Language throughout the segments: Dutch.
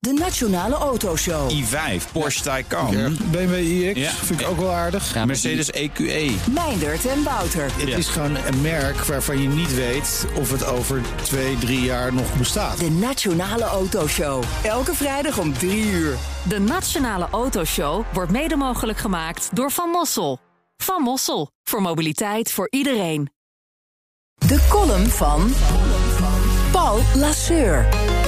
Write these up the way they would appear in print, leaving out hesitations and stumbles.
De Nationale Autoshow. i5, Porsche Taycan. BMW iX, vind ik ook wel aardig. Ja, Mercedes EQE. Meindert en Wouter. Het is gewoon een merk waarvan je niet weet of het over 2-3 jaar nog bestaat. De Nationale Autoshow. Elke vrijdag om 3 uur. De Nationale Autoshow wordt mede mogelijk gemaakt door Van Mossel. Van Mossel, voor mobiliteit voor iedereen. De column van Paul Lasseur.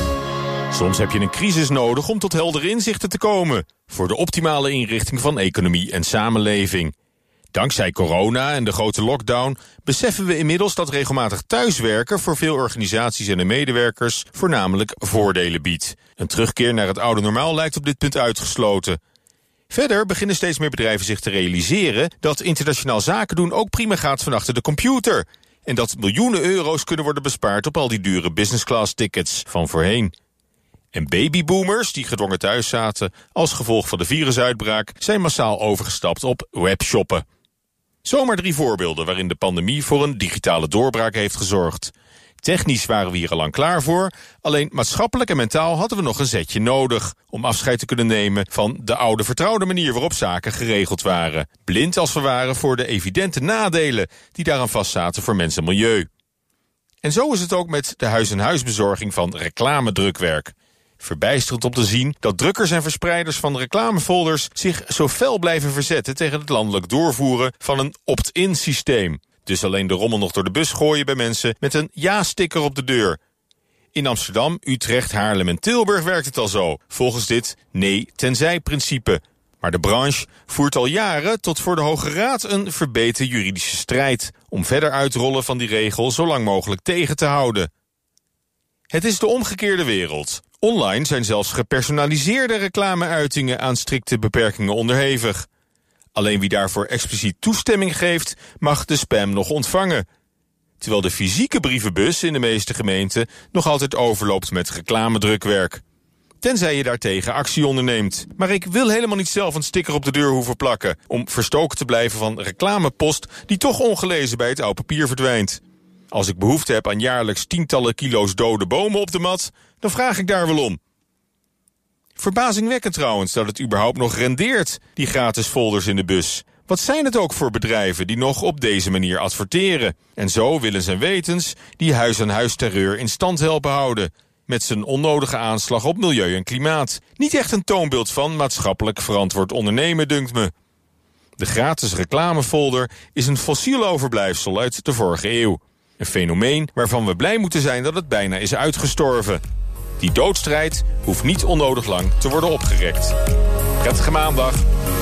Soms heb je een crisis nodig om tot heldere inzichten te komen. Voor de optimale inrichting van economie en samenleving. Dankzij corona en de grote lockdown beseffen we inmiddels dat regelmatig thuiswerken voor veel organisaties en de medewerkers voornamelijk voordelen biedt. Een terugkeer naar het oude normaal lijkt op dit punt uitgesloten. Verder beginnen steeds meer bedrijven zich te realiseren dat internationaal zaken doen ook prima gaat van achter de computer. En dat miljoenen euro's kunnen worden bespaard op al die dure business class tickets van voorheen. En babyboomers, die gedwongen thuis zaten als gevolg van de virusuitbraak, zijn massaal overgestapt op webshoppen. Zomaar 3 voorbeelden waarin de pandemie voor een digitale doorbraak heeft gezorgd. Technisch waren we hier al lang klaar voor, alleen maatschappelijk en mentaal hadden we nog een zetje nodig om afscheid te kunnen nemen van de oude vertrouwde manier waarop zaken geregeld waren. Blind als we waren voor de evidente nadelen die daaraan vastzaten voor mens en milieu. En zo is het ook met de huis-en-huisbezorging van reclamedrukwerk. Verbijsterend om te zien dat drukkers en verspreiders van reclamefolders zich zo fel blijven verzetten tegen het landelijk doorvoeren van een opt-in systeem. Dus alleen de rommel nog door de bus gooien bij mensen met een ja-sticker op de deur. In Amsterdam, Utrecht, Haarlem en Tilburg werkt het al zo, volgens dit nee-tenzij-principe. Maar de branche voert al jaren tot voor de Hoge Raad een verbeten juridische strijd om verder uitrollen van die regel zo lang mogelijk tegen te houden. Het is de omgekeerde wereld. Online zijn zelfs gepersonaliseerde reclameuitingen aan strikte beperkingen onderhevig. Alleen wie daarvoor expliciet toestemming geeft, mag de spam nog ontvangen. Terwijl de fysieke brievenbus in de meeste gemeenten nog altijd overloopt met reclamedrukwerk. Tenzij je daartegen actie onderneemt. Maar ik wil helemaal niet zelf een sticker op de deur hoeven plakken om verstoken te blijven van reclamepost die toch ongelezen bij het oud papier verdwijnt. Als ik behoefte heb aan jaarlijks tientallen kilo's dode bomen op de mat, dan vraag ik daar wel om. Verbazingwekkend trouwens dat het überhaupt nog rendeert, die gratis folders in de bus. Wat zijn het ook voor bedrijven die nog op deze manier adverteren? En zo willens en wetens die huis-aan-huis terreur in stand helpen houden. Met zijn onnodige aanslag op milieu en klimaat. Niet echt een toonbeeld van maatschappelijk verantwoord ondernemen, dunkt me. De gratis reclamefolder is een fossiel overblijfsel uit de vorige eeuw. Een fenomeen waarvan we blij moeten zijn dat het bijna is uitgestorven. Die doodstrijd hoeft niet onnodig lang te worden opgerekt. Prettige maandag.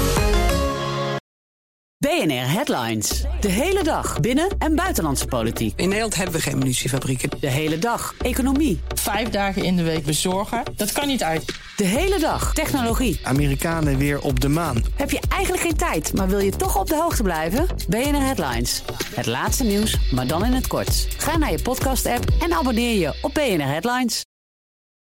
BNR Headlines. De hele dag binnen- en buitenlandse politiek. In Nederland hebben we geen munitiefabrieken. De hele dag economie. 5 dagen in de week bezorgen, dat kan niet uit. De hele dag technologie. Amerikanen weer op de maan. Heb je eigenlijk geen tijd, maar wil je toch op de hoogte blijven? BNR Headlines. Het laatste nieuws, maar dan in het kort. Ga naar je podcast-app en abonneer je op BNR Headlines.